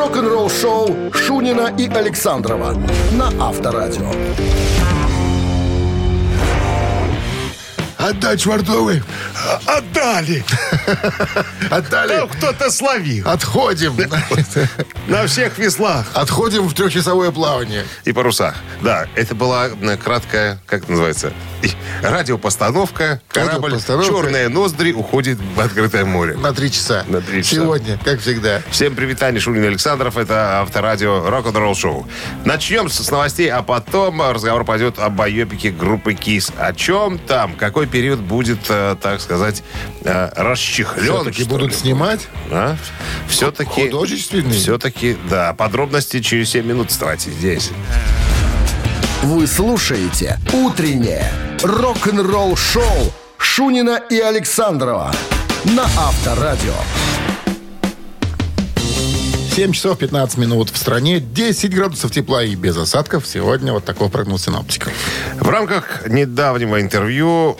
Рок-н-ролл-шоу Шунина и Александрова на Авторадио. Отдать швартовый. Отдали. Отдали. Там кто-то словил. Отходим. На всех веслах. Отходим в трехчасовое плавание. И парусах. Да, это была краткая, как это называется, радиопостановка. Корабль «Черные ноздри» уходит в открытое море. На 3 часа. На 3 часа. Сегодня, как всегда. Всем привет, Шунин и Александров. Это Авторадио Рок-н-ролл шоу. Начнем с новостей, а потом разговор пойдет о байопике группы Kiss. О чем там? Какой период будет, так сказать, расчехлен? Все-таки будут снимать? А? Все-таки... Художественный? Все-таки, да. Подробности через 7 минут. Вставайте здесь. Вы слушаете «Утреннее рок-н-ролл-шоу» Шунина и Александрова на Авторадио. 7 часов 15 минут в стране, 10 градусов тепла и без осадков. Сегодня вот такой прогноз синоптиков. В рамках недавнего интервью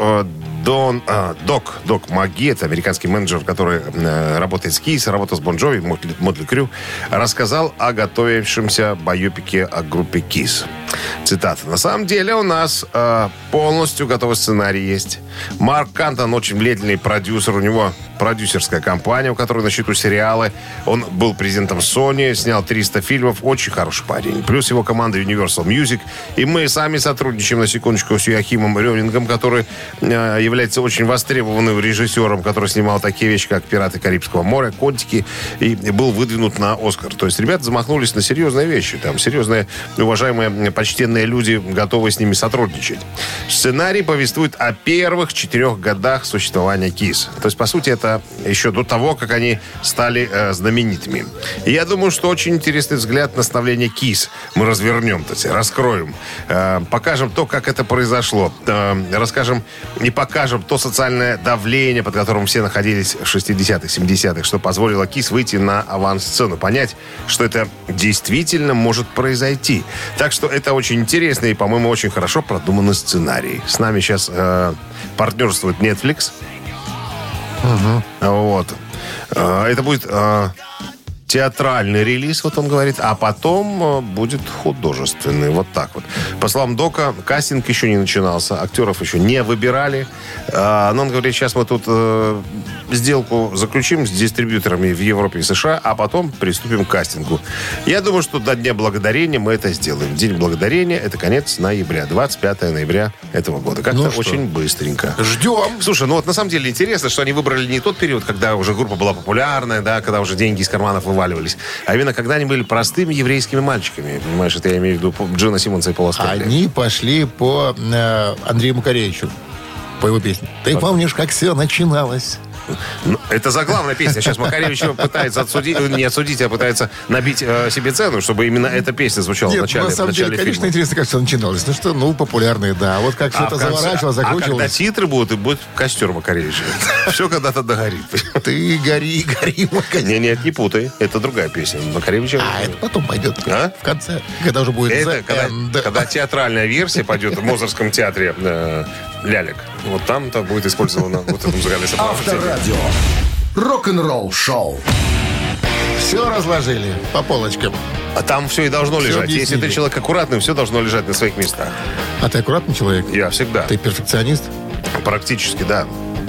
Док Маги, это американский менеджер, который работает с Kiss, работал с Bon Jovi, Motley Crue, рассказал о готовившемся байопике о группе Kiss. Цитата. «На самом деле у нас полностью готовый сценарий есть. Марк Кантон очень влиятельный продюсер. У него продюсерская компания, у которой на счету сериалы. Он был президентом Sony, снял 300 фильмов. Очень хороший парень. Плюс его команда Universal Music. И мы сами сотрудничаем, на секундочку, с Йоахимом Рёнингом, который является очень востребованным режиссером, который снимал такие вещи, как «Пираты Карибского моря», «Котики», и был выдвинут на «Оскар». То есть ребята замахнулись на серьезные вещи. Там серьезные, уважаемые, почтенные люди готовы с ними сотрудничать. Сценарий повествует о первых 4 годах существования Kiss. То есть, по сути, это еще до того, как они стали знаменитыми. И я думаю, что очень интересный взгляд на становление Kiss мы развернем, то есть раскроем. Покажем то, как это произошло. Расскажем и покажем то социальное давление, под которым все находились в 60-х, 70-х, что позволило Kiss выйти на авансцену, понять, что это действительно может произойти. Так что это очень интересно и, по-моему, очень хорошо продуманный сценарий. С нами сейчас партнерствует Netflix. Вот. Это будет театральный релиз, вот он говорит, а потом будет художественный. Вот так вот. По словам Дока, кастинг еще не начинался, актеров еще не выбирали. Но он говорит, сейчас мы тут сделку заключим с дистрибьюторами в Европе и США, а потом приступим к кастингу. Я думаю, что до Дня Благодарения мы это сделаем. День Благодарения — это конец ноября, 25 ноября этого года. Как-то очень быстренько. Ждем. Слушай, ну вот на самом деле интересно, что они выбрали не тот период, когда уже группа была популярная, да, когда уже деньги из карманов вываливались, а именно когда они были простыми еврейскими мальчиками. Понимаешь, это я имею в виду Джона Симмонса и Пола Стэнли. Они пошли по Андрею Макаревичу, по его песне. Ты помнишь, как все начиналось? Это заглавная песня. Сейчас Макаревич пытается не отсудить, а пытается набить себе цену, чтобы именно эта песня звучала в начале на самом деле, конечно, интересно, как все начиналось. Ну что, популярные, да. Вот как все это заворачивалось, закручивалось. А когда титры будут, и будет костер Макаревича. Все когда-то догорит. Ты гори, Макаревич. Нет, не путай. Это другая песня. Макаревича. А это потом пойдет. В конце. Когда уже будет когда театральная версия пойдет в Мозырском театре «Лялек». Вот там-то будет использовано вот это музыкальное сопровождение. Авторадио. Рок-н-ролл шоу. Все разложили по полочкам. А там все и должно лежать. Объяснили. Если ты человек аккуратный, все должно лежать на своих местах. А ты аккуратный человек? Я всегда. Ты перфекционист? Практически, да.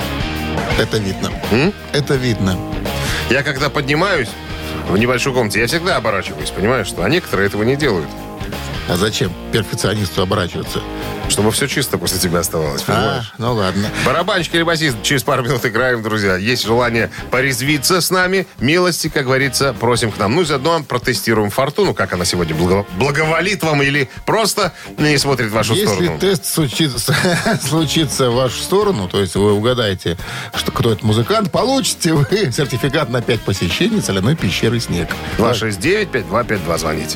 Это видно. Это видно. Я когда поднимаюсь в небольшой комнате, я всегда оборачиваюсь, понимаешь, что? А некоторые этого не делают. А зачем перфекционисту оборачиваться? Чтобы все чисто после тебя оставалось, понимаешь? Ну ладно. Барабанщик или басист, через пару минут играем, друзья. Есть желание порезвиться с нами, милости, как говорится, просим к нам. Ну и заодно протестируем фортуну, как она сегодня благоволит вам или просто не смотрит в вашу сторону. Если тест случится в вашу сторону, то есть вы угадаете, что кто это музыкант, получите вы сертификат на 5 посещений соляной пещеры «Снег». 269-5252, звоните.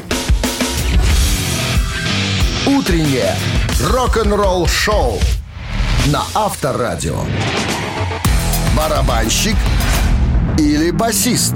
Утреннее рок-н-ролл шоу на Авторадио. Барабанщик или басист?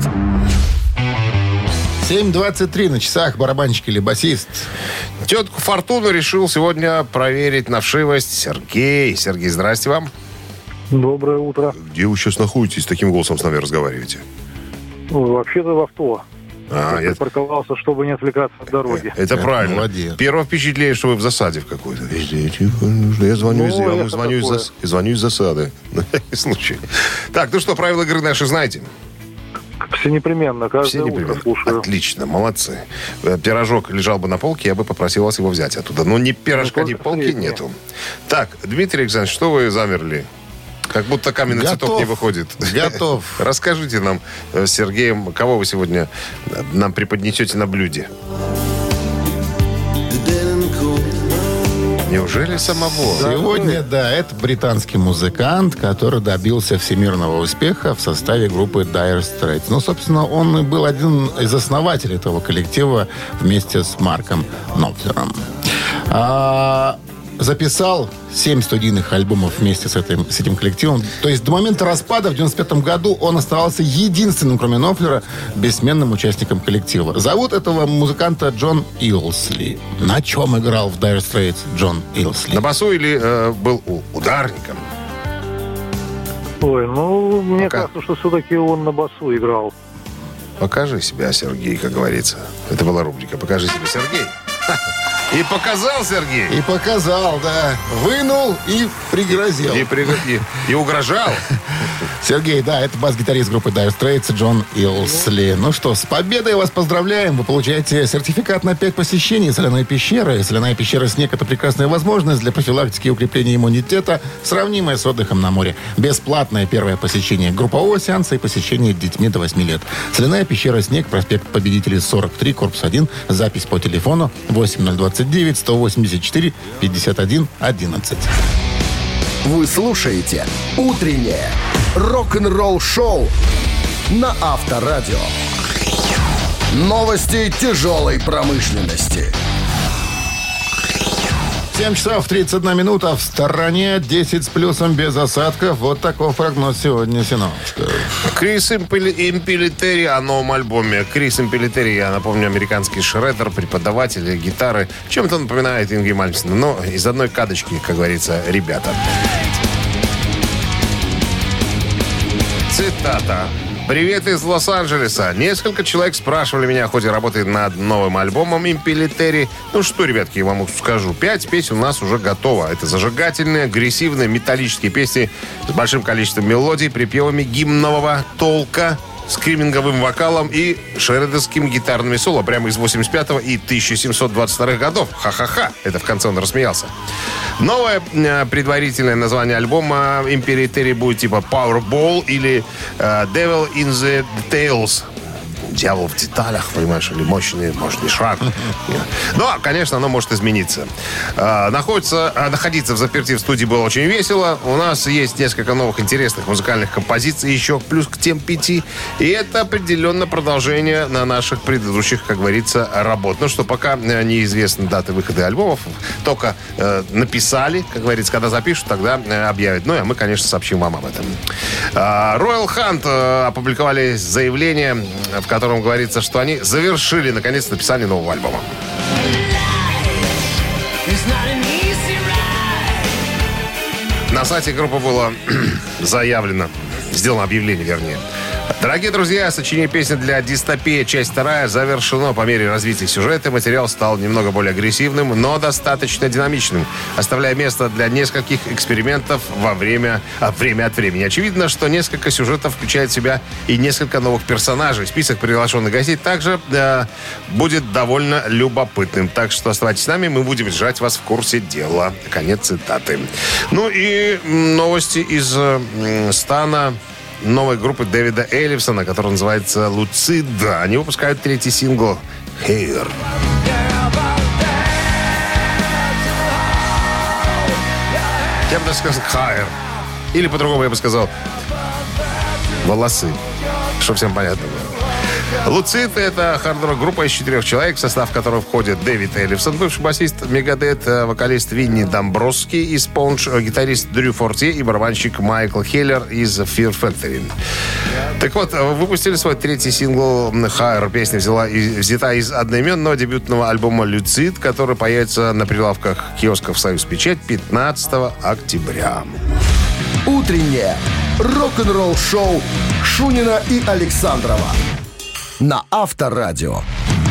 7:23 на часах. Барабанщик или басист? Тетку Фортуну решил сегодня проверить на вшивость Сергей. Сергей, здрасте вам. Доброе утро. Где вы сейчас находитесь? Таким голосом с нами разговариваете? Вообще-то в авто. Я припарковался, чтобы не отвлекаться от дороги. Это правильно. Молодец. Первое впечатление, что вы в засаде в какой-то. Я звоню из засады. Случай. Так, ну что, правила игры наши знаете? Все непременно, каждое утро слушаю. Отлично, молодцы. Пирожок лежал бы на полке, я бы попросил вас его взять оттуда. Но ни пирожка, ни полки нету. Так, Дмитрий Александрович, что вы замерли? Как будто каменный цветок не выходит. Готов. Расскажите нам с Сергеем, кого вы сегодня нам преподнесете на блюде? Неужели самого? Сегодня, да, это британский музыкант, который добился всемирного успеха в составе группы Dire Straits. Ну, собственно, он и был один из основателей этого коллектива вместе с Марком Knopflerом. Записал 7 студийных альбомов вместе с этим коллективом. То есть до момента распада в 95 году он оставался единственным, кроме Knopflера, бессменным участником коллектива. Зовут этого музыканта Джон Илсли. На чем играл в Dire Straits Джон Илсли? На басу или был ударником? Ой, мне кажется, что все-таки он на басу играл. Покажи себя, Сергей, как говорится. Это была рубрика «Покажи себя, Сергей». И показал Сергей. И показал, да. Вынул и пригрозил. И угрожал. Сергей, да, это бас-гитарист группы Dire Straits Джон Илсли. Ну что, с победой вас поздравляем. Вы получаете сертификат на 5 посещений соляной пещеры. Соляная пещера «Снег» — это прекрасная возможность для профилактики и укрепления иммунитета, сравнимая с отдыхом на море. Бесплатное первое посещение группового сеанса и посещение детьми до 8 лет. Соляная пещера «Снег», проспект Победителей, 43, корпус 1. Запись по телефону 8029-184-51-11. Вы слушаете «Утреннее рок-н-ролл-шоу» на Авторадио. Новости тяжелой промышленности. 7 часов 31 минута. В стороне 10 с плюсом без осадков. Вот такой прогноз сегодня синоптиков. Крис Импелитери о новом альбоме. Крис Импелитери, я напомню, американский шреддер, преподаватель гитары. Чем-то напоминает Инги Мальмстена, но из одной кадочки, как говорится, ребята. Цитата. «Привет из Лос-Анджелеса. Несколько человек спрашивали меня, хоть и работает над новым альбомом Импелитери. Ну что, ребятки, я вам скажу. 5 песен у нас уже готово. Это зажигательные, агрессивные, металлические песни с большим количеством мелодий, припевами гимнового толка, скриминговым вокалом и шреддерским гитарными соло прямо из 85-го и 1722 годов. Ха-ха-ха. Это в конце он рассмеялся. Новое предварительное название альбома Импелитери будет типа Powerball или Devil in the Details. Дьявол в деталях, понимаешь, или мощный шаг. Но, конечно, оно может измениться. Находиться в заперти в студии было очень весело. У нас есть несколько новых интересных музыкальных композиций, еще плюс к тем 5. И это определенно продолжение на наших предыдущих, как говорится, работ. Ну что, пока неизвестны даты выхода альбомов, только написали, как говорится, когда запишут, тогда объявят. Ну, а мы, конечно, сообщим вам об этом. Royal Hunt опубликовали заявление, в котором говорится, что они завершили, наконец, написание нового альбома. На сайте группы было сделано объявление, вернее. Дорогие друзья, сочинение песни для «Дистопия», часть 2, завершено. По мере развития сюжета материал стал немного более агрессивным, но достаточно динамичным, оставляя место для нескольких экспериментов время от времени. Очевидно, что несколько сюжетов включает в себя и несколько новых персонажей. Список приглашенных гостей также будет довольно любопытным. Так что оставайтесь с нами, мы будем держать вас в курсе дела. Конец цитаты. Ну и новости из стана новой группы Дэвида Эллифсона, которая называется «Lucid». Они выпускают 3-й сингл «Hair». Я бы даже сказал «Hair». Или по-другому я бы сказал «волосы». Чтобы всем понятно было. «Lucid» — это хард-рок-группа из 4 человек, в состав которой входят Дэвид Эллифсон, бывший басист Мегадет, вокалист Винни Домбровский из Спонж, гитарист Дрю Фортье и барабанщик Майкл Хеллер из Fear Factory. Так вот, выпустили свой 3-й сингл «Higher». Песня взята из одноименного дебютного альбома «Lucid», который появится на прилавках киосков «Союз Печать» 15 октября. Утреннее рок-н-ролл-шоу Шунина и Александрова на Авторадио.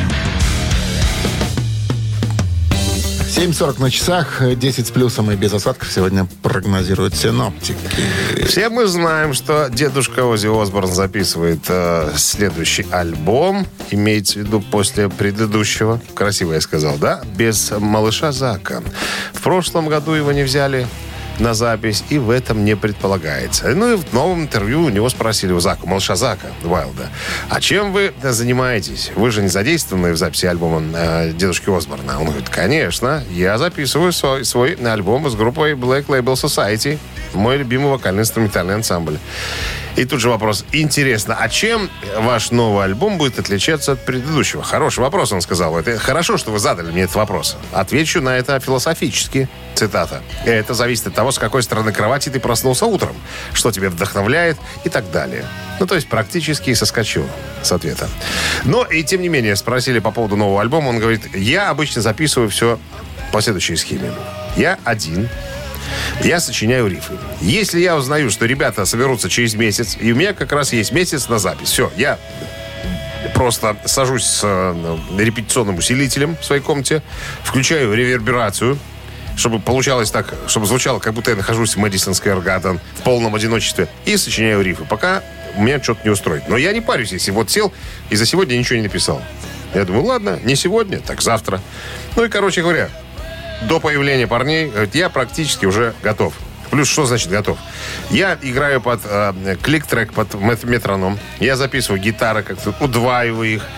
7:40 на часах, 10 с плюсом и без осадков сегодня прогнозируют синоптики. Все мы знаем, что дедушка Оззи Осборн записывает следующий альбом, имеется в виду после предыдущего. Красиво я сказал, да? Без малыша Зака. В прошлом году его не взяли на запись, и в этом не предполагается. Ну и в новом интервью у него спросили, у Зака, малыша Зака Уайлда, а чем вы занимаетесь? Вы же не задействованы в записи альбома дедушки Осборна. Он говорит, конечно, я записываю свой альбом с группой Black Label Society, мой любимый вокально-инструментальный ансамбль. И тут же вопрос, интересно, а чем ваш новый альбом будет отличаться от предыдущего? Хороший вопрос, он сказал. Это хорошо, что вы задали мне этот вопрос. Отвечу на это философически. Цитата. Это зависит от того, с какой стороны кровати ты проснулся утром, что тебя вдохновляет и так далее. Ну, то есть практически соскочу с ответа. Но и тем не менее, спросили по поводу нового альбома. Он говорит, я обычно записываю все по следующей схеме. Я один. Я сочиняю рифы. Если я узнаю, что ребята соберутся через месяц, и у меня как раз есть месяц на запись, все, я просто сажусь с репетиционным усилителем в своей комнате, включаю реверберацию, чтобы получалось так, чтобы звучало, как будто я нахожусь в Мэдисон Сквер Гарден в полном одиночестве, и сочиняю рифы, пока меня что-то не устроит. Но я не парюсь, если вот сел и за сегодня ничего не написал. Я думаю, ладно, не сегодня, так завтра. Ну и, короче говоря, до появления парней я практически уже готов. Плюс, что значит готов? Я играю под клик-трек, под метроном. Я записываю гитары, как-то удваиваю их.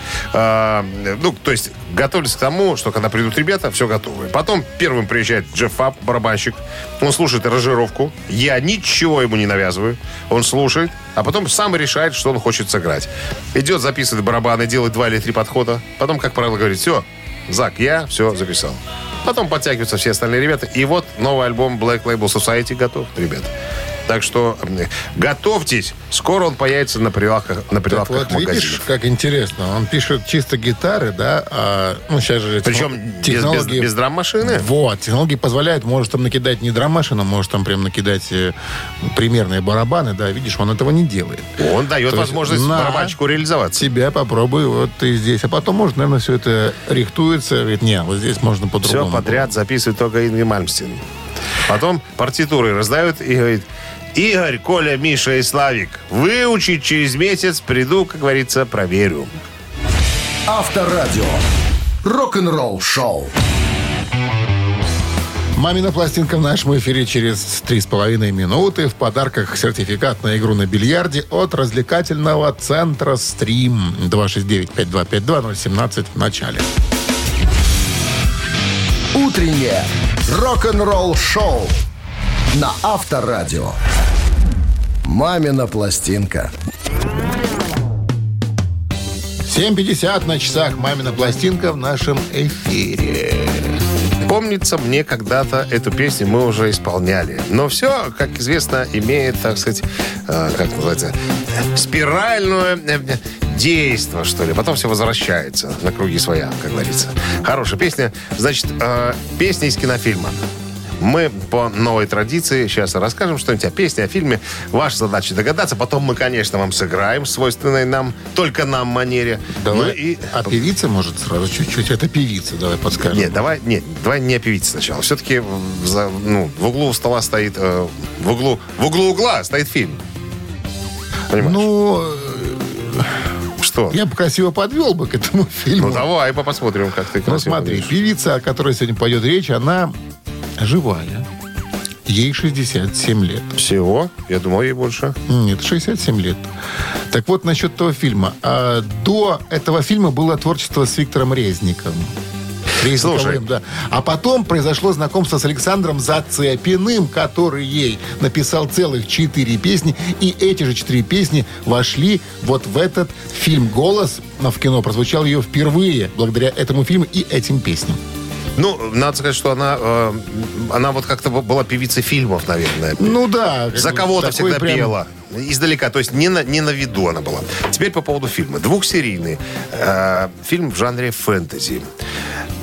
Ну, то есть готовлюсь к тому, что когда придут ребята, все готово. Потом первым приезжает Джефф Фаб, барабанщик. Он слушает аранжировку. Я ничего ему не навязываю. Он слушает, а потом сам решает, что он хочет сыграть. Идет, записывает барабаны, делает 2 или 3 подхода. Потом, как правило, говорит, все, Зак, я все записал. Потом подтягиваются все остальные ребята. И вот новый альбом Black Label Society готов, ребят. Так что готовьтесь. Скоро он появится на прилавках вот магазинов. Видишь, как интересно. Он пишет чисто гитары, да? Ну, сейчас же Причем технологии... без драм-машины. Вот. Технологии позволяют, может там накидать не драм-машину, может там прям накидать примерные барабаны, да. Видишь, он этого не делает. Он дает возможность барабанщику реализоваться. Тебя попробуй вот ты здесь. А потом, может, наверное, все это рихтуется. Говорит, не, вот здесь можно по-другому. Все подряд записывает только Ингри Мальмстин. Потом партитуры раздают и говорит, Игорь, Коля, Миша и Славик, выучить через месяц, приду, как говорится, проверю. Авторадио. Рок-н-ролл шоу. «Мамина пластинка» в нашем эфире через 3,5 минуты. В подарках сертификат на игру на бильярде от развлекательного центра «Стрим». 269-5252-017 в начале. Утреннее рок-н-ролл шоу на Авторадио. «Мамина пластинка». 7:50 на часах. «Мамина пластинка» в нашем эфире. Помнится, мне когда-то эту песню мы уже исполняли. Но все, как известно, имеет, так сказать, как называется, спиральное действо, что ли. Потом все возвращается на круги своя, как говорится. Хорошая песня. Значит, песня из кинофильма. Мы по новой традиции сейчас расскажем что-нибудь о песне, о фильме. Ваша задача догадаться. Потом мы, конечно, вам сыграем в свойственной нам, только нам манере. Давай, ну, и... А певица, может, сразу чуть-чуть? Это певица, давай подскажем. Нет, давай не о певице сначала. Все-таки в углу стола стоит... В углу угла стоит фильм. Понимаешь? Ну... Что? Я бы красиво подвел бы к этому фильму. Ну, давай посмотрим, как ты красиво. Ну, смотри, подведешь. певица, о которой сегодня пойдет речь, она живая. Ей 67 лет. Всего? Я думал, ей больше. Нет, 67 лет. Так вот, насчет того фильма. До этого фильма было творчество с Виктором Резниковым. Слушай. Да. А потом произошло знакомство с Александром Зацепиным, который ей написал целых 4 песни. И эти же 4 песни вошли вот в этот фильм. Голос в кино прозвучал ее впервые благодаря этому фильму и этим песням. Ну, надо сказать, что она вот как-то была певицей фильмов, наверное. Ну да. За кого-то всегда прям... пела. Издалека, то есть не на виду она была. Теперь по поводу фильма. 2-серийный фильм в жанре фэнтези.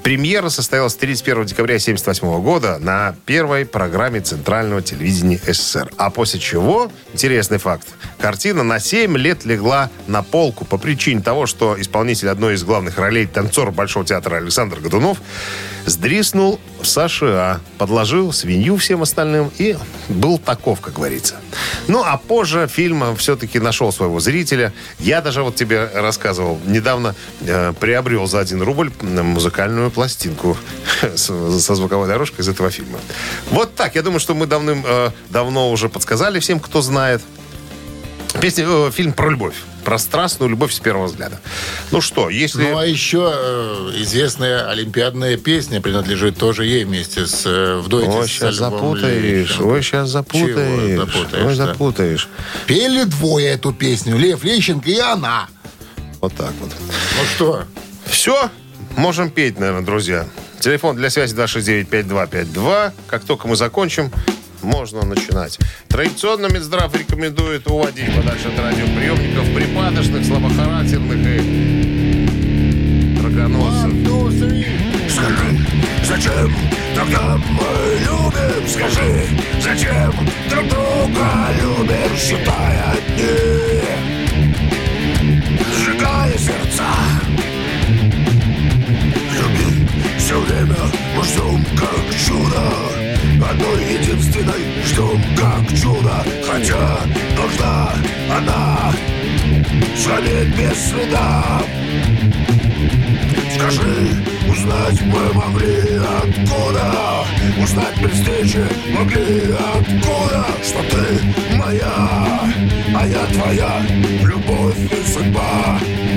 Премьера состоялась 31 декабря 1978 года на первой программе Центрального телевидения СССР. А после чего, интересный факт, картина на 7 лет легла на полку по причине того, что исполнитель одной из главных ролей, танцор Большого театра Александр Годунов, сдриснул в США, подложил свинью всем остальным и был таков, как говорится. Ну, а позже фильм все-таки нашел своего зрителя. Я даже вот тебе рассказывал, недавно приобрел за 1 рубль музыкальную пластинку со звуковой дорожкой из этого фильма. Вот так. Я думаю, что мы давно уже подсказали всем, кто знает. Фильм про любовь. Про страстную любовь с первого взгляда. Ну что, если... Ну, а еще известная олимпиадная песня принадлежит тоже ей вместе в дуэте Ой, с сейчас Львом запутаешь. Лещенко. Ой, сейчас запутаешь. Ой, запутаешь. Пели двое эту песню. Лев Лещенко и она. Вот так вот. Ну что? Все? Можем петь, наверное, друзья. Телефон для связи 269-5252. Как только мы закончим, можно начинать. Традиционно Минздрав рекомендует уводить подальше от радиоприемников припадочных, слабохарактерных и рогоносцев. Скажи, зачем тогда мы любим? Скажи, зачем друг друга любим? Считай одни, сжигая сердца. Люби все время, мы ждем как чудо. Одной единственной ждем как чудо. Хотя нужна она сгореть без следа. Скажи, узнать мы могли откуда? Узнать при встрече могли откуда? Что ты моя, а я твоя, любовь и судьба.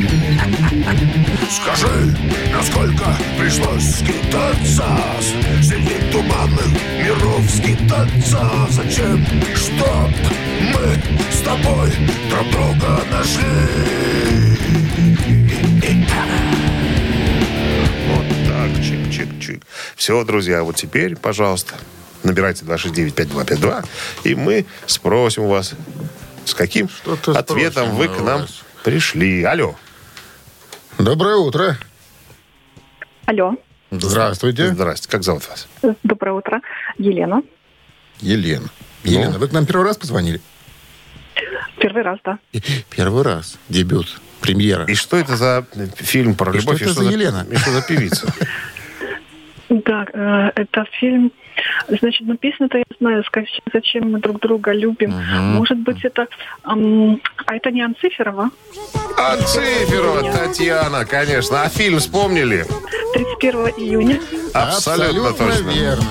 Скажи, насколько пришлось скитаться среди туманных миров скитаться. Зачем, чтоб мы с тобой друг друга нашли? Вот так, чик-чик-чик. Все, друзья, вот теперь, пожалуйста, набирайте 269-5252, и мы спросим у вас, с каким ответом вы к нам пришли. Алло. Доброе утро. Алло. Здравствуйте. Здрасте. Как зовут вас? Доброе утро. Елена. Елена. Елена, вы к нам первый раз позвонили? Первый раз, да. Первый раз. Дебют. Премьера. И что это за фильм про И любовь? что это за Елена? И что за певица? Да, это фильм... Значит, песню-то я знаю, зачем мы друг друга любим. Может быть, это... А это не Анциферова? Анциферова Татьяна, конечно. А фильм вспомнили? 31 июня. Абсолютно точно. Верно.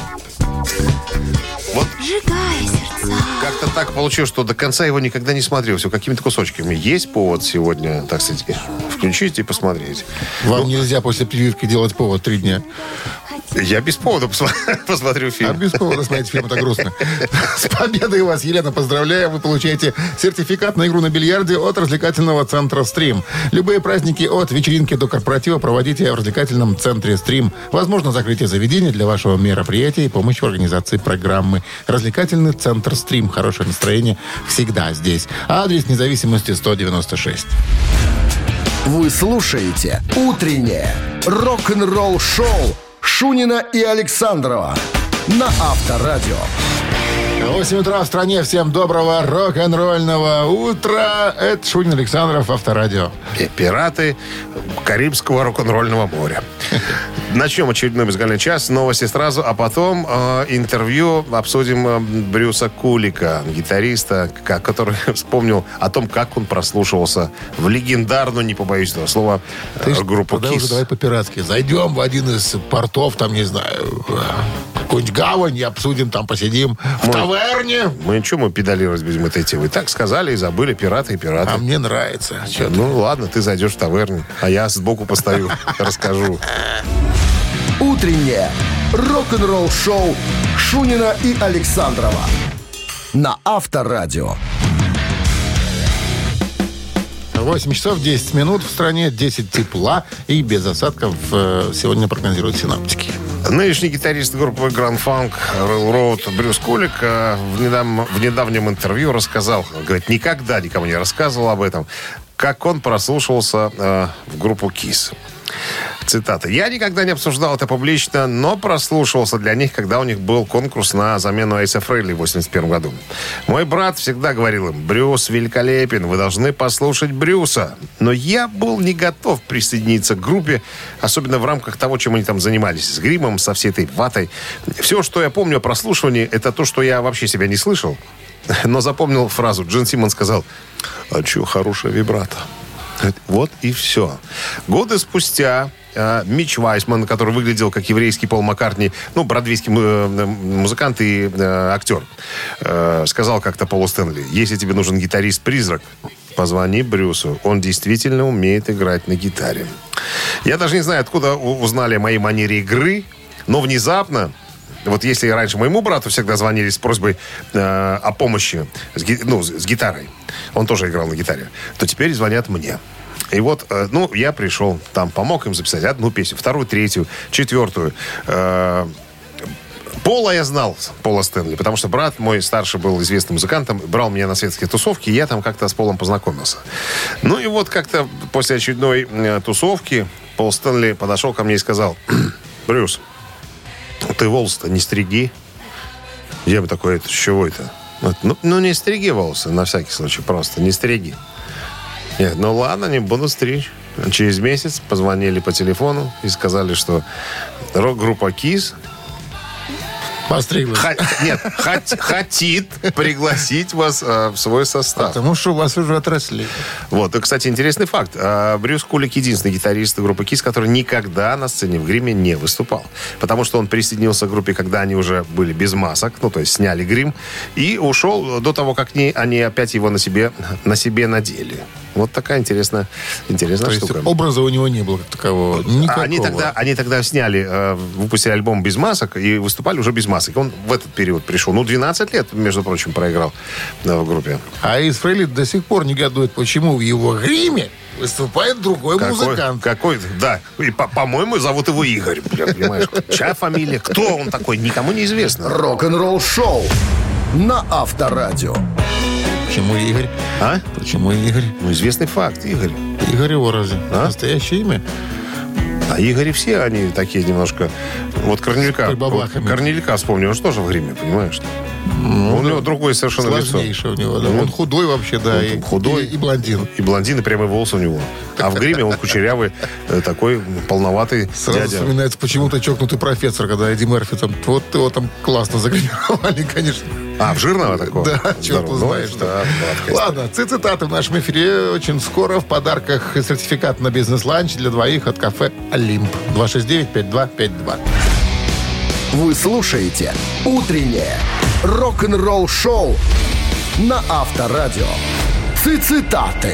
Вот как-то так получилось, что до конца его никогда не смотрел. Все какими-то кусочками. Есть повод сегодня, так сказать, включить и посмотреть. Вам нельзя после прививки делать повод 3 дня. Я без повода посмотрю фильм. А без повода смотреть фильм, это грустно. С победой вас, Елена, поздравляю. Вы получаете сертификат на игру на бильярде от развлекательного центра «Стрим». Любые праздники от вечеринки до корпоратива проводите в развлекательном центре «Стрим». Возможно, закрытие заведения для вашего мероприятия и помощь в организации программы. Развлекательный центр «Стрим». Хорошее настроение всегда здесь. Адрес Независимости 196. Вы слушаете «Утреннее рок-н-ролл-шоу» Шунина и Александрова на Авторадио. 8 утра в стране. Всем доброго рок-н-ролльного утра. Это Шунин, Александров, Авторадио. Пираты Карибского рок-н-ролльного моря. Начнем очередной музыкальный час. Новости сразу, а потом интервью обсудим Брюса Кулика, гитариста, который вспомнил о том, как он прослушивался в легендарную, не побоюсь этого слова, группу Тогда уже KISS. давай по-пиратски. Зайдем в один из портов, там, не знаю, какую-нибудь гавань, и обсудим, там посидим в таверне. Мы ничего, мы педалировать будем этой темой. Так сказали и забыли, пираты и пираты. А мне нравится. Чё ты? Ну ладно, ты зайдешь в таверню, а я сбоку постою, расскажу. Утреннее рок-н-ролл-шоу Шунина и Александрова на Авторадио. 8 часов 10 минут в стране, 10 тепла и без осадков сегодня прогнозируют синоптики. Нынешний гитарист группы Grand Funk Railroad Брюс Кулик в недавнем интервью рассказал, говорит, никогда никому не рассказывал об этом, как он прослушивался в группу KISS. Цитата. «Я никогда не обсуждал это публично, но прослушивался для них, когда у них был конкурс на замену Эйса Фрейли в 81 году. Мой брат всегда говорил им: Брюс великолепен, вы должны послушать Брюса. Но я был не готов присоединиться к группе, особенно в рамках того, чем они там занимались, с гримом, со всей этой ватой. Все, что я помню о прослушивании, это то, что я вообще себя не слышал. Но запомнил фразу. Джин Симмонс сказал: а чё, хорошая вибрато». Вот и все. Годы спустя Митч Вайсман, который выглядел как еврейский Пол Маккартни, бродвейский музыкант и актер, сказал как-то Полу Стэнли: если тебе нужен гитарист-призрак, позвони Брюсу. Он действительно умеет играть на гитаре. Я даже не знаю, откуда узнали о моей манере игры, но внезапно, вот если раньше моему брату всегда звонили с просьбой о помощи с гитарой, он тоже играл на гитаре, то теперь звонят мне. И вот, я пришел, там помог им записать одну песню, вторую, третью, четвертую. Пола я знал, Пола Стэнли, потому что брат мой старший был известным музыкантом, брал меня на светские тусовки, и я там как-то с Полом познакомился. Ну и вот как-то после очередной тусовки Пол Стэнли подошел ко мне и сказал: Брюс, ты волосы-то не стриги. Я бы такой: это с чего это? Не стриги волосы, на всякий случай, просто не стриги. Нет, ладно, не буду стричь. Через месяц позвонили по телефону и сказали, что рок-группа KISS хотит пригласить вас в свой состав. Потому что у вас уже отросли. Вот, и, кстати, интересный факт. Брюс Кулик единственный гитарист группы KISS, который никогда на сцене в гриме не выступал. Потому что он присоединился к группе, когда они уже были без масок, то есть сняли грим, и ушел до того, как они опять его на себе надели. Вот такая интересная штука. То есть образа у него не было как такового? Никакого. Они тогда сняли, выпустили альбом без масок и выступали уже без масок. Он в этот период пришел. 12 лет, между прочим, проиграл в группе. А Эйс Фрейли до сих пор негодует, почему в его гриме выступает другой музыкант. Да. И, по-моему, зовут его Игорь. Понимаешь? Чья фамилия? Кто он такой? Никому не известно. Рок-н-ролл шоу на Авторадио. Почему Игорь? Почему Игорь? Известный факт, Игорь. Игорь его разве? Настоящее имя? А Игорь все они такие немножко... Вот Корнелька вспомнил, он же тоже в гриме, понимаешь? У него другое совершенно лицо. Сложнейшее у него, да. Он худой вообще, да. Худой. И блондин. И блондин, и прямые волосы у него. А в гриме он кучерявый, такой полноватый сразу дядя. Вспоминается почему-то чокнутый профессор, когда Эдди Мерфи там... Вот его там классно загримировали, конечно. В жирного такого? Да, черт знаешь. Да. Ладно, цитаты в нашем эфире. Очень скоро в подарках сертификат на бизнес-ланч для двоих от кафе «Олимп». 269-5252. Вы слушаете «Утреннее рок-н-ролл-шоу» на Авторадио. Цитаты.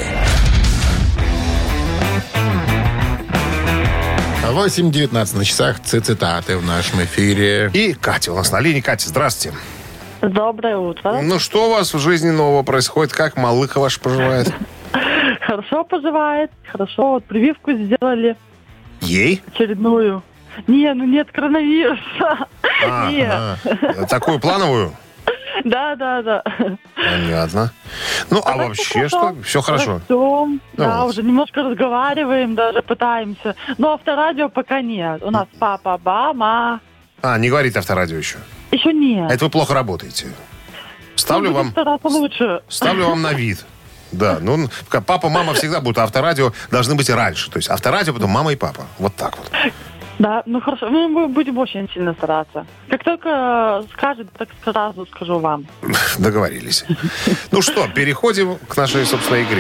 8:19 на часах. Цитаты в нашем эфире. И Катя у нас на линии. Катя, здравствуйте. Доброе утро. Ну, что у вас в жизни нового происходит? Как малыха ваша поживает? Хорошо поживает. Хорошо. Вот прививку сделали. Ей? Очередную. Нет коронавируса. Нет. Такую плановую? Да. Понятно. А вообще что? Все хорошо? Растем. Да, уже немножко разговариваем, даже пытаемся. Но Авторадио пока нет. У нас папа, мама. Не говорит Авторадио еще? Еще нет. Это вы плохо работаете. Ставлю вам на вид. Да, папа, мама всегда будут, а Авторадио должны быть раньше. То есть Авторадио, потом мама и папа. Вот так вот. Да, хорошо. Мы будем очень сильно стараться. Как только скажет, так сразу скажу вам. Договорились. Ну что, переходим к нашей собственной игре.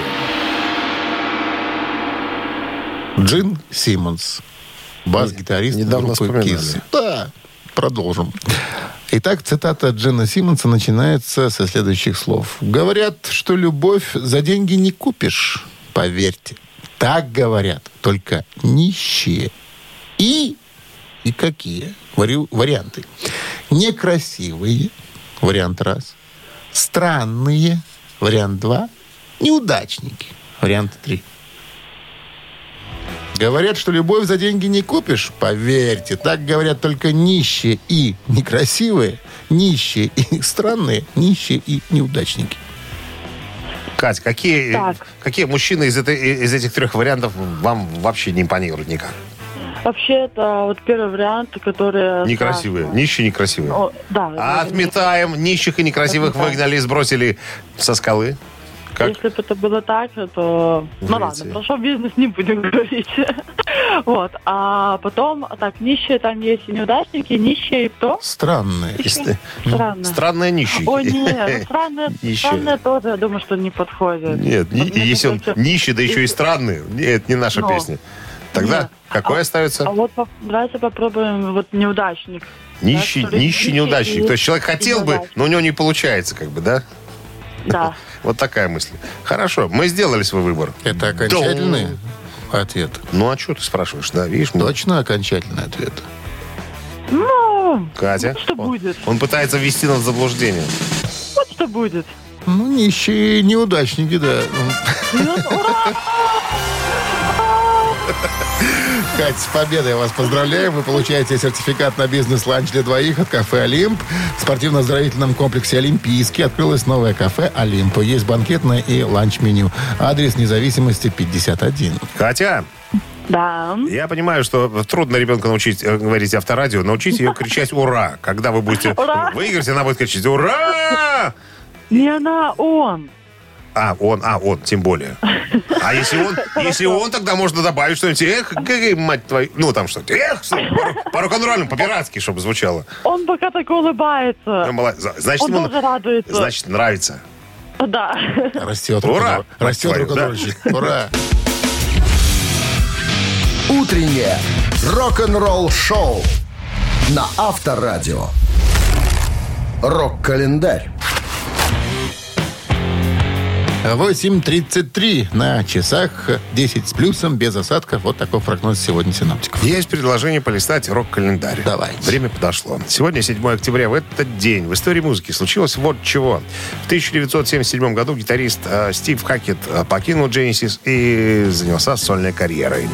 Джин Симмонс, бас-гитарист группы KISS. Да, продолжим. Итак, цитата Джина Симмонса начинается со следующих слов. «Говорят, что любовь за деньги не купишь. Поверьте, так говорят только нищие». И какие варианты? Некрасивые, вариант раз. Странные, вариант 2. Неудачники, вариант 3. Говорят, что любовь за деньги не купишь. Поверьте, так говорят только нищие и некрасивые, нищие и странные, нищие и неудачники. Кать, какие мужчины из этих трех вариантов вам вообще не импонируют никак? Вообще, это вот первый вариант, который... Некрасивые. Нищие, некрасивые. Да. Отметаем. Нищих и некрасивых выгнали и сбросили со скалы. Как? Если бы это было так, то... Ну ладно, про шоу-бизнес не будем говорить. Вот. А потом, так, нищие, там есть и неудачники, нищие и кто? Странные. Странные нищие. Ой, нет, странные тоже, я думаю, что не подходят. Нет, если он нищий, да еще и странный, это не наша песня. Тогда какой остается? А вот давайте попробуем вот неудачник. Нищий неудачник. То есть человек хотел бы, но у него не получается, как бы, да? Да. Вот такая мысль. Хорошо, мы сделали свой выбор. Это окончательный ответ? Ну, а что ты спрашиваешь? Да, видишь? Точно окончательный ответ. Ну, Катя? что будет? Он пытается ввести нас в заблуждение. Вот что будет. Ну, нищие неудачники, да. Ура! Катя, с победой вас поздравляем. Вы получаете сертификат на бизнес-ланч для двоих от кафе «Олимп». В спортивно-оздоровительном комплексе «Олимпийский» открылось новое кафе «Олимп». Есть банкетное и ланч-меню. Адрес Независимости 51. Катя? Да. Я понимаю, что трудно ребенка научить говорить авторадио. Научите ее кричать «Ура!». Когда вы будете выиграть, она будет кричать «Ура!». Не она, он. Он, тем более. А если он, тогда можно добавить что-нибудь. Эх, мать твою. Ну, там что-то. Эх, по-рок-н-ролльному, по-пиратски, чтобы звучало. Он пока так улыбается. Значит, он тоже радуется. Значит, нравится. Да. Растет. Ура! Растет рок-н-ролльщик. Ура! Утреннее рок-н-ролл-шоу на Авторадио. Рок-календарь. 8:33 на часах, 10 с плюсом, без осадков. Вот такой прогноз сегодня синоптиков. Есть предложение полистать рок-календарь. Давайте. Время подошло. Сегодня 7 октября. В этот день в истории музыки случилось вот чего. В 1977 году гитарист Стив Хакет покинул Genesis и занялся сольной карьерой.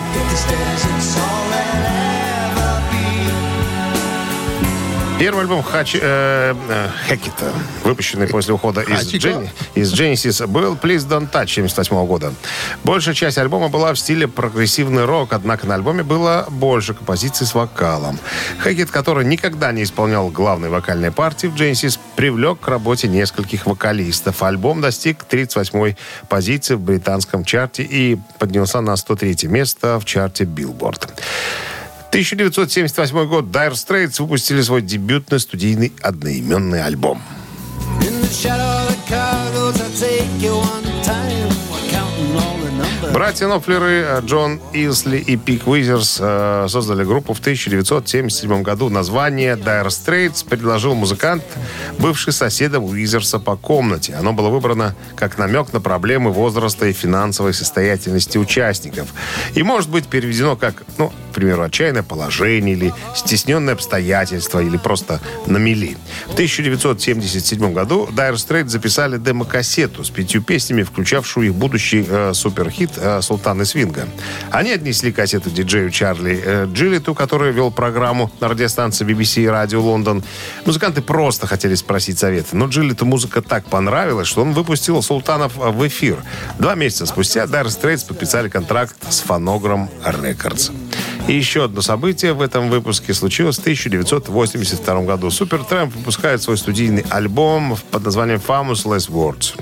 Первый альбом Хакета, выпущенный после ухода из Genesis, был Please Don't Touch 1978 года. Большая часть альбома была в стиле прогрессивный рок, однако на альбоме было больше композиций с вокалом. Хакет, который никогда не исполнял главной вокальной партии в Genesis, привлек к работе нескольких вокалистов. Альбом достиг 38-й позиции в британском чарте и поднялся на 103 место в чарте Billboard. 1978 год. Dire Straits выпустили свой дебютный студийный одноименный альбом. Братья Нофлеры Джон Илсли и Пик Уизерс создали группу в 1977 году. Название Dire Straits предложил музыкант, бывший соседом Уизерса по комнате. Оно было выбрано как намек на проблемы возраста и финансовой состоятельности участников. И может быть переведено как, к примеру, отчаянное положение или стесненные обстоятельства, или просто на мели. В 1977 году Dire Straits записали демо-кассету с 5 песнями, включавшую их будущий суперхит «Султан и свинга». Они отнесли кассету диджею Чарли Джилету, который вел программу на радиостанции BBC и Радио Лондон. Музыканты просто хотели спросить совета, но Джилету музыка так понравилась, что он выпустил «Султанов» в эфир. 2 месяца спустя Dire Straits подписали контракт с Phonogram Records. И еще одно событие в этом выпуске случилось в 1982 году. Supertramp выпускает свой студийный альбом под названием Famous Last Words.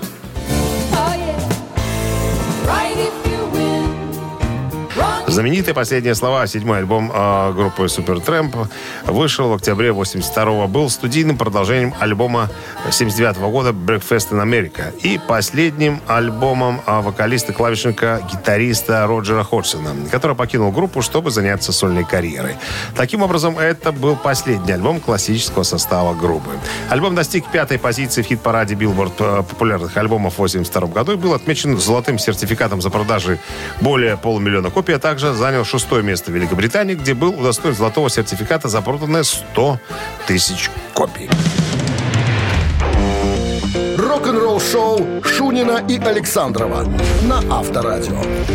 Знаменитые «Последние слова», 7-й альбом группы Supertramp, вышел в октябре 1982-го. Был студийным продолжением альбома 1979 года «Breakfast in America» и последним альбомом вокалиста-клавишника-гитариста Роджера Ходжсона, который покинул группу, чтобы заняться сольной карьерой. Таким образом, это был последний альбом классического состава группы. Альбом достиг 5-й позиции в хит-параде Billboard популярных альбомов в 1982 году и был отмечен золотым сертификатом за продажи более 500 000 копий, а также занял 6-е место в Великобритании, где был удостоен золотого сертификата за проданные 100 000 копий. Рок-н-ролл-шоу Шунина и Александрова на Авторадио.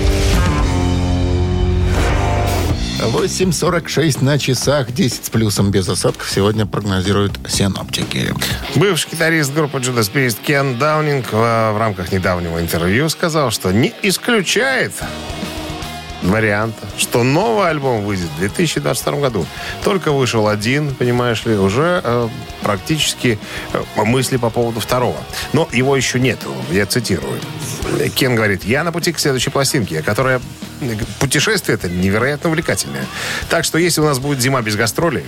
8:46 на часах, 10 с плюсом, без осадков. Сегодня прогнозируют синоптики. Бывший гитарист группы Judas Priest Кен Даунинг в рамках недавнего интервью сказал, что не исключает варианта, что новый альбом выйдет в 2022 году. Только вышел один, понимаешь ли, уже практически мысли по поводу второго. Но его еще нет, я цитирую. Кен говорит: я на пути к следующей пластинке, которая... Путешествие это невероятно увлекательное. Так что если у нас будет зима без гастролей,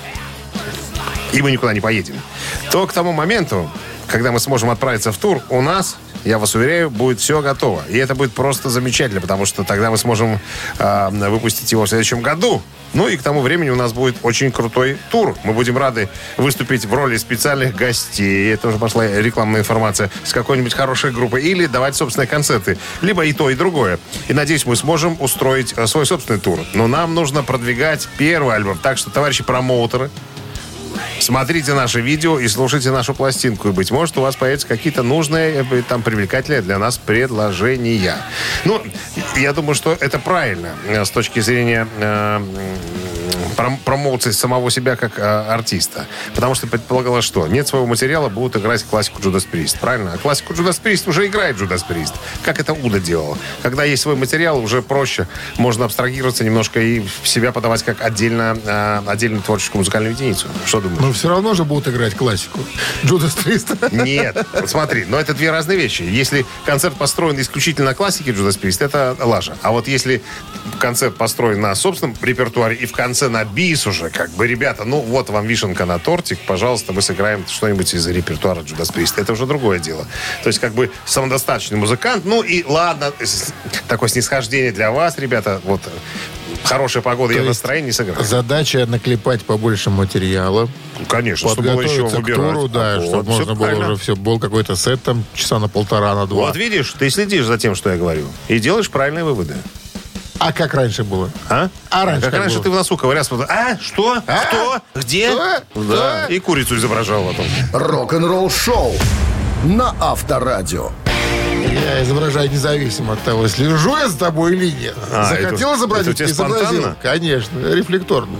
и мы никуда не поедем, то к тому моменту, когда мы сможем отправиться в тур, у нас, я вас уверяю, будет все готово. И это будет просто замечательно, потому что тогда мы сможем выпустить его в следующем году. Ну и к тому времени у нас будет очень крутой тур. Мы будем рады выступить в роли специальных гостей. Это уже пошла рекламная информация с какой-нибудь хорошей группой. Или давать собственные концерты. Либо и то, и другое. И надеюсь, мы сможем устроить свой собственный тур. Но нам нужно продвигать первый альбом. Так что, товарищи промоутеры, смотрите наше видео и слушайте нашу пластинку. И, быть может, у вас появятся какие-то нужные, там, привлекательные для нас предложения. Ну, я думаю, что это правильно с точки зрения промоуции самого себя как артиста. Потому что предполагалось, что нет своего материала, будут играть классику Judas Priest. Правильно? А классику Judas Priest уже играет Judas Priest. Как это Уда делал. Когда есть свой материал, уже проще. Можно абстрагироваться немножко и себя подавать как отдельную творческую музыкальную единицу. Что думаешь? Но все равно же будут играть классику Judas Priest. Нет. Вот смотри, но это две разные вещи. Если концерт построен исключительно на классике Judas Priest, это лажа. А вот если концерт построен на собственном репертуаре и в конце на бис уже, как бы, ребята, ну вот вам вишенка на тортик, пожалуйста, мы сыграем что-нибудь из репертуара Judas Priest. Это уже другое дело. То есть, как бы, самодостаточный музыкант. Ну и ладно, такое снисхождение для вас, ребята. Вот, хорошая погода и настроение, сыграем. Задача наклепать побольше материала. Конечно, чтобы было еще выбирать. К туру, да, чтобы можно было уже все, был какой-то сет там часа на полтора, на два. Вот видишь, ты следишь за тем, что я говорю, и делаешь правильные выводы. А как раньше было? А раньше как раньше было? Ты в носу ковырялся. Что? Кто? Где? Да. И курицу изображал потом. Рок-н-ролл шоу на Авторадио. Я изображаю независимо от того, слежу я за тобой или нет. Захотел изобразить, изобразил. Конечно, рефлекторно.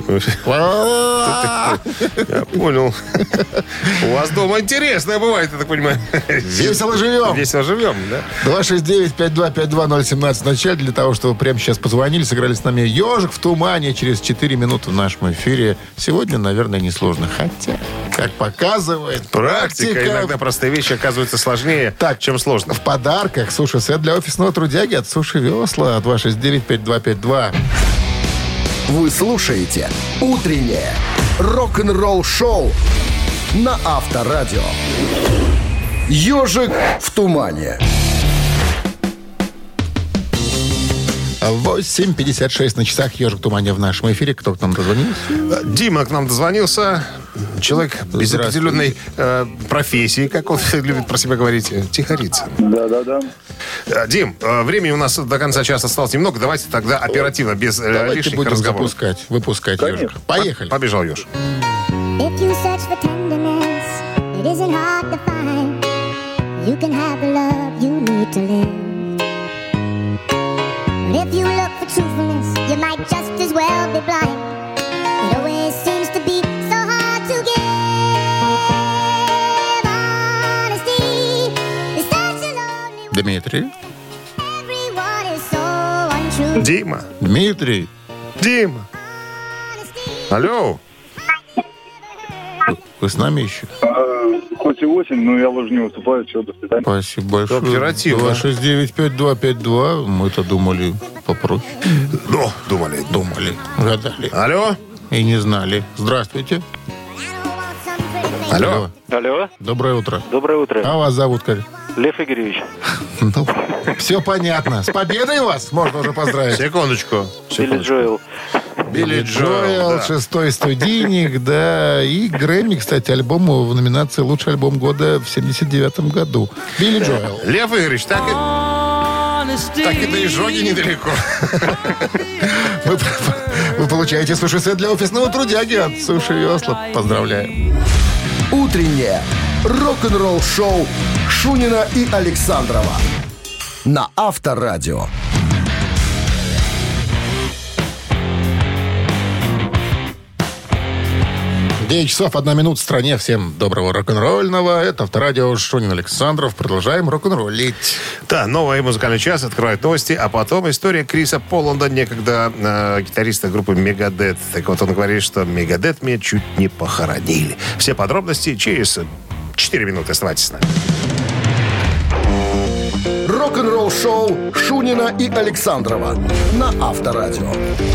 Я понял. У вас дома интересное бывает, я так понимаю. Весело живем. Весело живем, да? 269-5252-017 в начале, для того, чтобы прямо сейчас позвонили, сыграли с нами «Ежик в тумане» через 4 минуты в нашем эфире. Сегодня, наверное, несложно. Хотя, как показывает практика, иногда простые вещи оказываются сложнее, чем сложно. В подарках суши-сет для офисного трудяги от Суши Весла. 269-5252. Вы слушаете «Утреннее рок-н-ролл-шоу» на Авторадио. «Ежик в тумане». 8:56 на часах. «Ежик в тумане» в нашем эфире. Кто к нам дозвонился? Дима к нам дозвонился. Человек без определенной профессии, как он любит про себя говорить, тихорица. Да. Дим, времени у нас до конца часа осталось немного. Давайте тогда оперативно, без лишних будем разговоров. Выпускать ежик. Поехали. Побежал еж. If you look for truthfulness, you might just as well be blind. It always seems to be so hard to give. Honesty is such a lonely. Дмитрий. Everyone is so untrue. Дима. Дмитрий. Дима. Алло. Вы с нами еще? Хоть и 8, но я уже не выступаю. Все, до свидания. Спасибо большое. Оперативно. 269-5252. Мы-то думали попроще. Ну, думали. Гадали. Алло. И не знали. Здравствуйте. Алло. Алло. Доброе утро. Доброе утро. А вас зовут как? Лев Игоревич. Ну, все понятно. С победой вас можно уже поздравить. Секундочку. Билли Джоэл. Билли Джоэл, да. 6-й студийник, да. И Грэмми, кстати, альбому в номинации «Лучший альбом года» в 79-м году. Билли Джоэл. Лев Игоревич, так и до изжоги недалеко. Вы получаете суши-сет для офисного трудяги от Суши Весла. Поздравляем. Утреннее рок-н-ролл-шоу Шунина и Александрова на Авторадио. 9 часов 1 минута в стране. Всем доброго рок-н-ролльного. Это Авторадио, Шунин, Александров. Продолжаем рок-н-роллить. Да, новый музыкальный час, открывает новости, а потом история Криса Поланда, некогда гитариста группы Megadeth. Так вот, он говорит, что Megadeth меня чуть не похоронили. Все подробности через 4 минуты. Оставайтесь с нами. Рок-н-ролл-шоу Шунина и Александрова на Авторадио.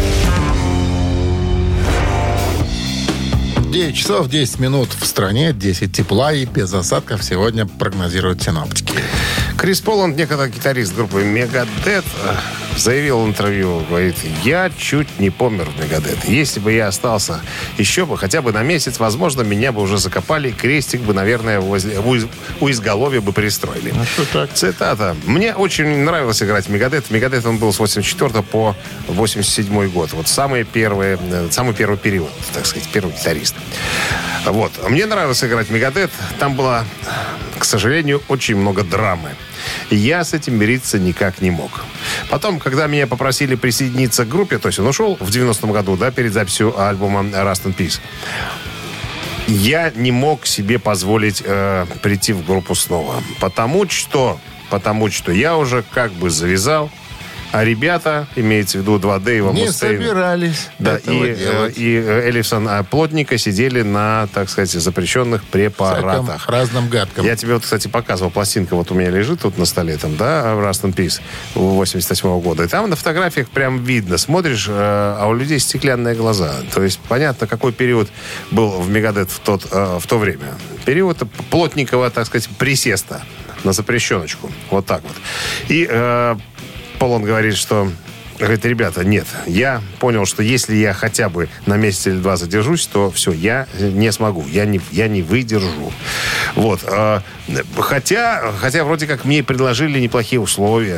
9 часов 10 минут в стране, 10 тепла и без осадков сегодня прогнозируют синоптики. Крис Поланд, некогда гитарист группы Megadeth, заявил в интервью, говорит, я чуть не помер в Megadeth. Если бы я остался еще бы, хотя бы на месяц, возможно, меня бы уже закопали, крестик бы, наверное, у изголовья бы пристроили. А что так? Цитата. Мне очень нравилось играть в Megadeth. Megadeth он был с 84 по 87 год. Вот самый первый период, так сказать, первый гитарист. Вот. Мне нравилось играть в Megadeth. Там было, к сожалению, очень много драмы. И я с этим мириться никак не мог. Потом, когда меня попросили присоединиться к группе, то есть он ушел в 90-м году, да, перед записью альбома Rust in Peace, я не мог себе позволить прийти в группу снова. Потому что я уже как бы завязал, а ребята, имеется в виду 2D и не собирались. Да, и Эллифсон плотненько сидели на, так сказать, запрещенных препаратах. Всяком разным гадкам. Я тебе вот, кстати, показывал, пластинка вот у меня лежит тут на столе, там, да, Rust in Peace 88 года. И там на фотографиях прям видно, смотришь, а у людей стеклянные глаза. То есть понятно, какой период был в Megadeth в то время. Период плотненького, так сказать, присеста на запрещеночку. Вот так вот. И Полон говорит, что... Говорит, ребята, нет, я понял, что если я хотя бы на месяц или два задержусь, то все, я не смогу, я не выдержу. Вот. Хотя вроде как мне предложили неплохие условия.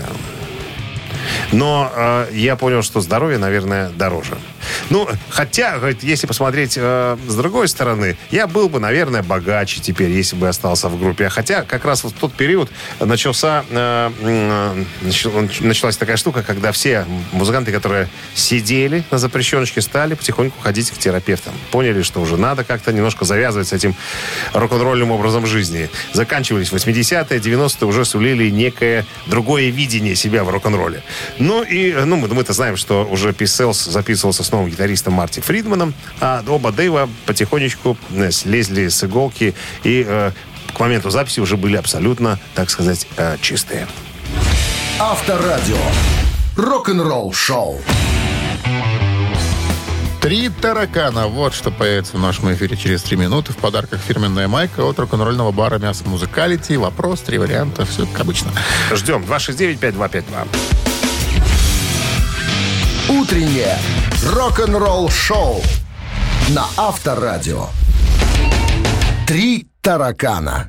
Но я понял, что здоровье, наверное, дороже. Ну, хотя, говорит, если посмотреть с другой стороны, я был бы, наверное, богаче теперь, если бы остался в группе. Хотя как раз вот в тот период началась такая штука, когда все музыканты, которые сидели на запрещеночке, стали потихоньку ходить к терапевтам. Поняли, что уже надо как-то немножко завязывать с этим рок-н-ролльным образом жизни. Заканчивались 80-е, 90-е, уже сулили некое другое видение себя в рок-н-ролле. Ну, и мы-то знаем, что уже Peace Sells записывался с новым гитаристом Марти Фридманом, а оба Дэйва потихонечку слезли с иголки и к моменту записи уже были абсолютно, так сказать, чистые. Авторадио. Рок-н-ролл шоу. 3 таракана. Вот что появится в нашем эфире через 3 минуты. В подарках фирменная майка от рок-н-ролльного бара «Мясо Музыкалити». Вопрос, 3 варианта. Все как обычно. Ждем. 269-5252. Утреннее рок-н-ролл-шоу на Авторадио. 3 таракана.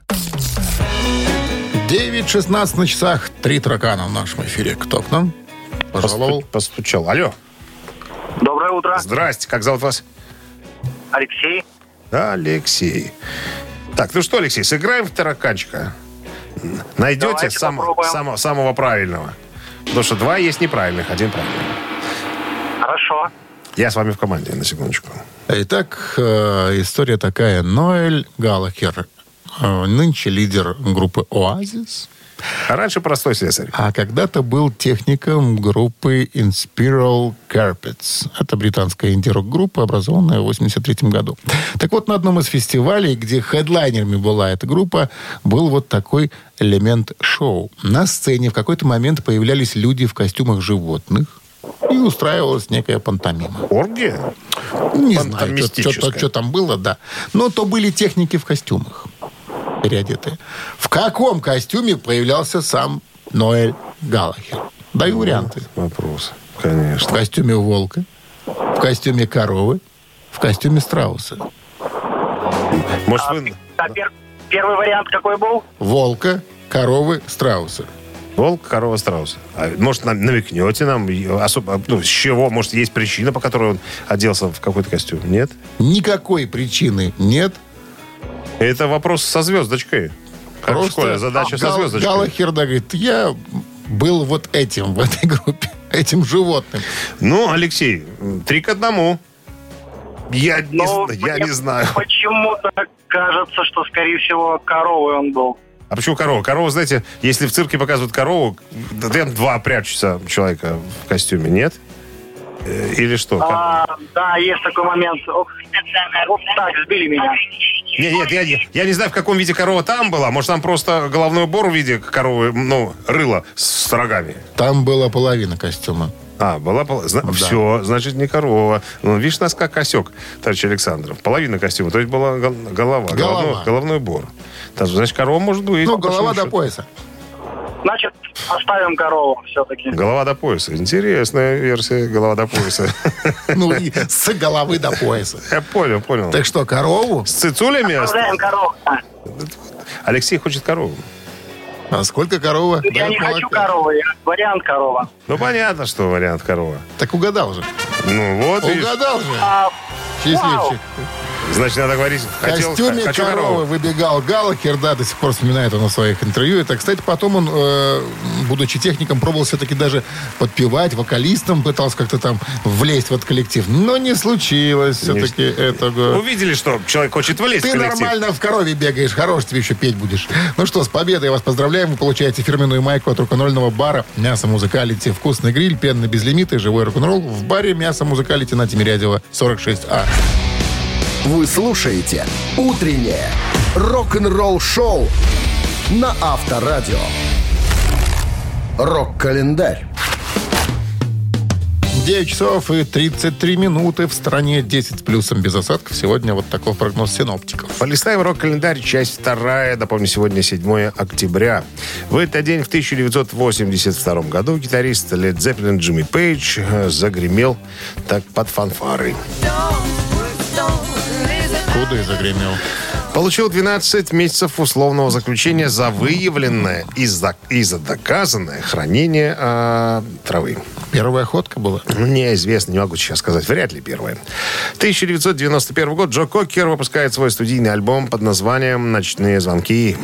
9:16 на часах. 3 таракана в нашем эфире. Кто к нам пожаловал? Постучал. Алло. Доброе утро. Здрасте. Как зовут вас? Алексей. Алексей. Так, ну что, Алексей, сыграем в тараканчика? Найдете самого правильного? Потому что 2 есть неправильных, 1 правильный. Хорошо. Я с вами в команде, на секундочку. Итак, история такая. Ноэль Галлахер, нынче лидер группы «Оазис». А раньше простой слесарь. А когда-то был техником группы Inspiral Carpets. Это британская инди-рок-группа, образованная в 1983 году. Так вот, на одном из фестивалей, где хедлайнерами была эта группа, был вот такой элемент шоу. На сцене в какой-то момент появлялись люди в костюмах животных, и устраивалась некая пантомима. Оргия? Не знаю, что там было, да. Но то были техники в костюмах, переодетые. В каком костюме появлялся сам Ноэль Галлахер? Даю варианты. Вопрос, конечно. В костюме волка, в костюме коровы, в костюме страуса. Может, вы... Первый вариант какой был? Волка, коровы, страуса. Волк, корова, страус. Может, намекнете нам особо, с чего? Может, есть причина, по которой он оделся в какой-то костюм? Нет? Никакой причины нет. Это вопрос со звездочкой. Как просто в школе, задача со звездочкой. Галлахер говорит, я был вот этим в этой группе, этим животным. Ну, Алексей, 3-1. Я не знаю. Почему-то кажется, что, скорее всего, коровой он был. А почему корова? Корова, знаете, если в цирке показывают корову, там два прячутся человека в костюме, нет? Или что? Да, есть такой момент. Так, сбили меня. Нет, я не знаю, в каком виде корова там была. Может, там просто головной убор в виде коровы, рыло с рогами. Там была половина костюма. Была половина. Все, значит, не корова. Видишь, нас как косек, товарищ Александров. Половина костюма, то есть была голова. Головной убор. Значит, корова может быть. Голова до пояса. Значит, оставим корову все-таки. Голова до пояса. Интересная версия голова до пояса. И с головы до пояса. Я понял. Так что, корову? С цицулями оставим корову. Алексей хочет корову. А сколько корова? Я не хочу корову, вариант корова. Понятно, что вариант корова. Так угадал же. Угадал же. Счастливчик. Значит, надо говорить, в костюме коровы выбегал Галлахер, до сих пор вспоминает он в своих интервью. Это, кстати, потом он, будучи техником, пробовал все-таки даже подпевать, вокалистом пытался как-то там влезть в этот коллектив. Но не случилось все-таки этого. Увидели, что человек хочет влезть в коллектив. Ты нормально в корове бегаешь, хорош, тебе еще петь будешь. Ну что, с победой вас поздравляем. Вы получаете фирменную майку от рок-н-ролльного бара «Мясо Музыкалити». Вкусный гриль, пенный без лимита и живой рок-н-ролл в баре «Мясо Музыкалити» на Тимирязева 46А. Вы слушаете «Утреннее рок-н-ролл-шоу» на Авторадио. Рок-календарь. 9 часов и 33 минуты. В стране 10 с плюсом без осадков. Сегодня вот такой прогноз синоптиков. Полистаем рок-календарь, часть 2. Напомню, сегодня 7 октября. В этот день, в 1982 году, гитарист Led Zeppelin Джимми Пейдж загремел так под фанфары. Куда и загремел? Получил 12 месяцев условного заключения за выявленное и за доказанное хранение травы. Первая охотка была? Неизвестно, не могу сейчас сказать. Вряд ли первая. 1991 год. Джо Кокер выпускает свой студийный альбом под названием «Ночные звонки».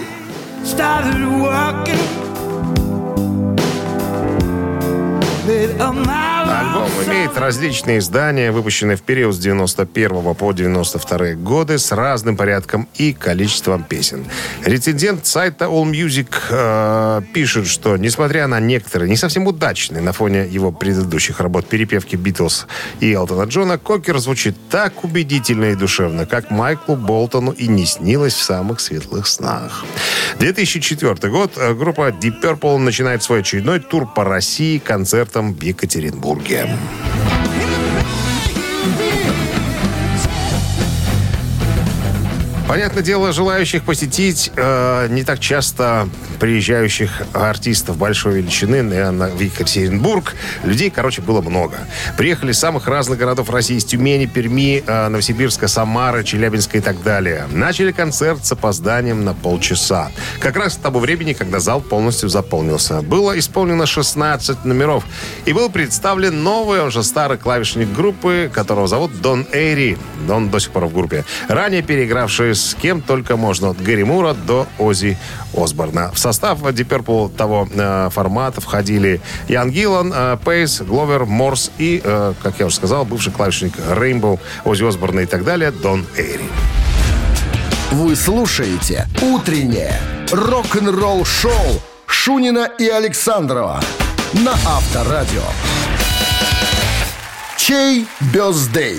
Альбом имеет различные издания, выпущенные в период с 91 по 92 годы с разным порядком и количеством песен. Рецензент сайта AllMusic пишет, что несмотря на некоторые не совсем удачные на фоне его предыдущих работ перепевки Битлз и Элтона Джона, Кокер звучит так убедительно и душевно, как Майклу Болтону и не снилось в самых светлых снах. 2004 год. Группа Deep Purple начинает свой очередной тур по России концертом в Екатеринбурге. Понятное дело, желающих посетить не так часто приезжающих артистов большой величины в Екатеринбург. Людей, было много. Приехали из самых разных городов России, из Тюмени, Перми, Новосибирска, Самары, Челябинска и так далее. Начали концерт с опозданием на полчаса. Как раз к тому времени, когда зал полностью заполнился. Было исполнено 16 номеров. И был представлен новый, уже старый клавишник группы, которого зовут Дон Эйри. Дон до сих пор в группе. Ранее переигравший с кем только можно. От Гэри Мура до Оззи Осборна. В состав Deep Purple того формата входили Ян Гиллан, Пейс, Гловер, Морс и, как я уже сказал, бывший клавишник Рейнбоу, Оззи Осборна и так далее, Дон Эйри. Вы слушаете «Утреннее рок-н-ролл-шоу» Шунина и Александрова на Авторадио. Чей бёздей?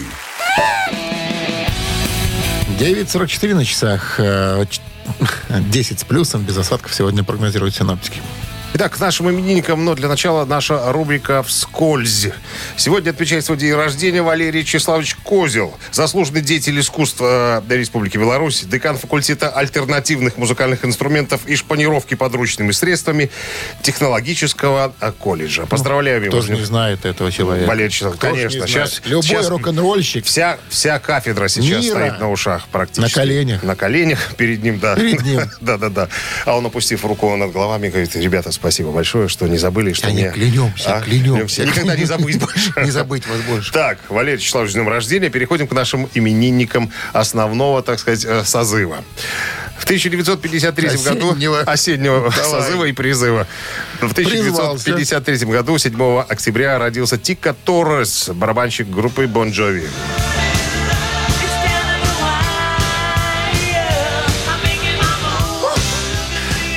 9:44 на часах. 10 с плюсом, без осадков сегодня прогнозируют синоптики. Итак, к нашим именинникам, но для начала наша рубрика «Вскользь». Сегодня отмечает свой день рождения Валерий Вячеславович Козел, заслуженный деятель искусства Республики Беларусь, декан факультета альтернативных музыкальных инструментов и шпанировки подручными средствами технологического колледжа. Поздравляем его. Кто же не знает этого человека? Валерий Вячеславович, конечно. Любой рок-н-ролльщик. Вся кафедра сейчас стоит на ушах практически. На коленях. На коленях перед ним, да. Перед ним. Да. А он, опустив руку над головами, говорит: ребята, спасибо большое, что не забыли, что мне... Клянемся. Никогда не забыть больше. Не забыть вас больше. Так, Валерий Вячеславович, с днем рождения. Переходим к нашим именинникам основного, так сказать, созыва. В 1953 году... Осеннего созыва и призыва. В 1953 году, 7 октября, родился Тико Торрес, барабанщик группы Бон Джови.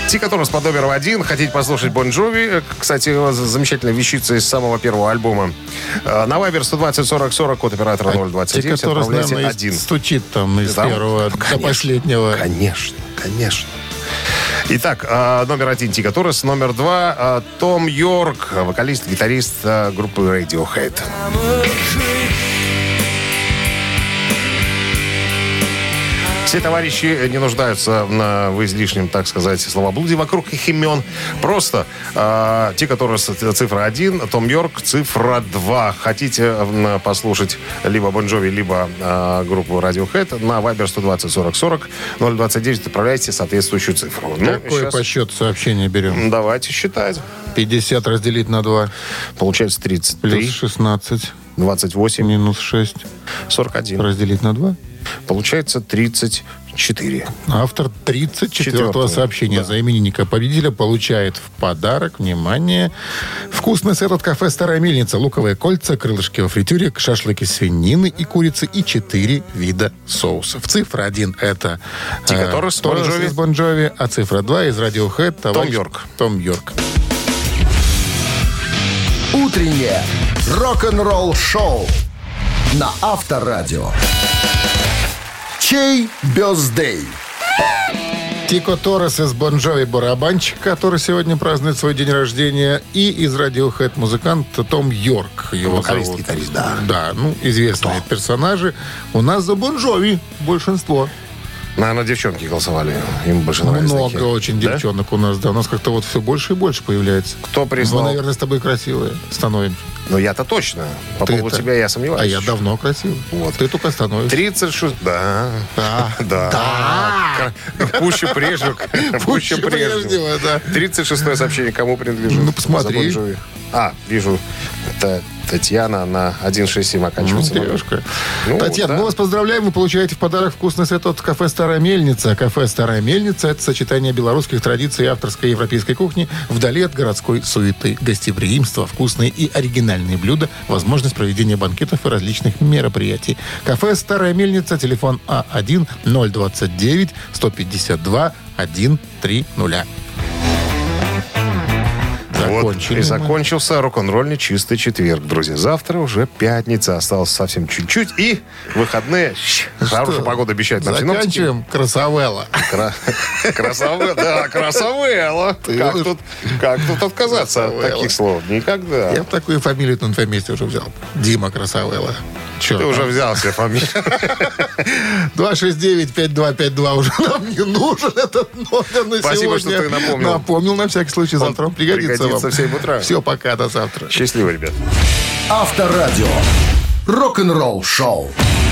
Тика Торрес под номером 1. Хотите послушать Бон Джови? Кстати, замечательная вещица из самого первого альбома. На Вайбер 120-40-40, код оператора 029. Тика Торрес, наверное, один. стучит там из первого до последнего. Конечно. Итак, номер 1 Тика Торрес, номер 2 Том Йорк, вокалист, гитарист группы Radiohead. Все товарищи не нуждаются в излишнем, так сказать, словоблудии вокруг их имен. Просто Тика Торрес цифра 1, Том Йорк цифра 2. Хотите послушать либо Бон Джови, либо группу Radiohead, на Viber 120-40-40 029 отправляйте соответствующую цифру. Какое по счету сообщение берем? Давайте считать. 50 разделить на 2. Получается 33. Плюс 16. 28. Минус 6. 41. Разделить на 2. Получается 34. Автор 34-го сообщения за именинника победителя получает в подарок, внимание, вкусный сет от кафе «Старая мельница», луковые кольца, крылышки во фритюре, шашлыки из свинины и курицы и 4 вида соусов. Цифра 1 это Тика Торрес из Бон Джови, а цифра 2 из Radiohead Том Йорк. Утреннее рок-н-ролл-шоу на Авторадио. Чей бёздей? Тика Торрес из Бон Джови барабанщик, который сегодня празднует свой день рождения, и из Radiohead музыкант Том Йорк. Его вокалист, зовут. гитарист, да. Да, известные персонажи. У нас за Бон Джови большинство. Наверное, девчонки голосовали. Им больше нравится. Много очень девчонок у нас, да. У нас как-то вот все больше и больше появляется. Кто прислал? Мы, наверное, с тобой красивые становимся. Ну, я-то точно. По поводу тебя я сомневаюсь. А я давно красивый. Вот. Ты только становишься. 36. Да. Пуще прежнего. Пуще прежнего, да. 36-е сообщение кому принадлежит? Ну, посмотри. Вижу. Это Татьяна на 167 оканчивается. Девушка. Татьяна, мы вас поздравляем. Вы получаете в подарок вкусный сет от кафе «Старая мельница». Кафе «Старая мельница» — это сочетание белорусских традиций и авторской европейской кухни вдали от городской суеты. Гостеприимство, вкусные и оригинальные блюда, возможность проведения банкетов и различных мероприятий. Кафе «Старая мельница», телефон А1-029-152-130. И закончился рок-н-ролльный чистый четверг, друзья. Завтра уже пятница. Осталось совсем чуть-чуть. И выходные. Хорошая погода обещает нам синоптики. Заканчиваем красавелла. Да, красавелла. Как тут отказаться от таких слов? Никогда. Я бы такую фамилию на твоем месте уже взял. Дима Красавелла. Ты уже взял себе фамилию. 269-5252 уже нам не нужен этот номер на Спасибо, сегодня. что ты напомнил. Напомнил на всякий случай. Завтра он пригодится вам. В 7 утра. Все, пока, до завтра. Счастливо, ребят. Авторадио. Рок-н-ролл шоу.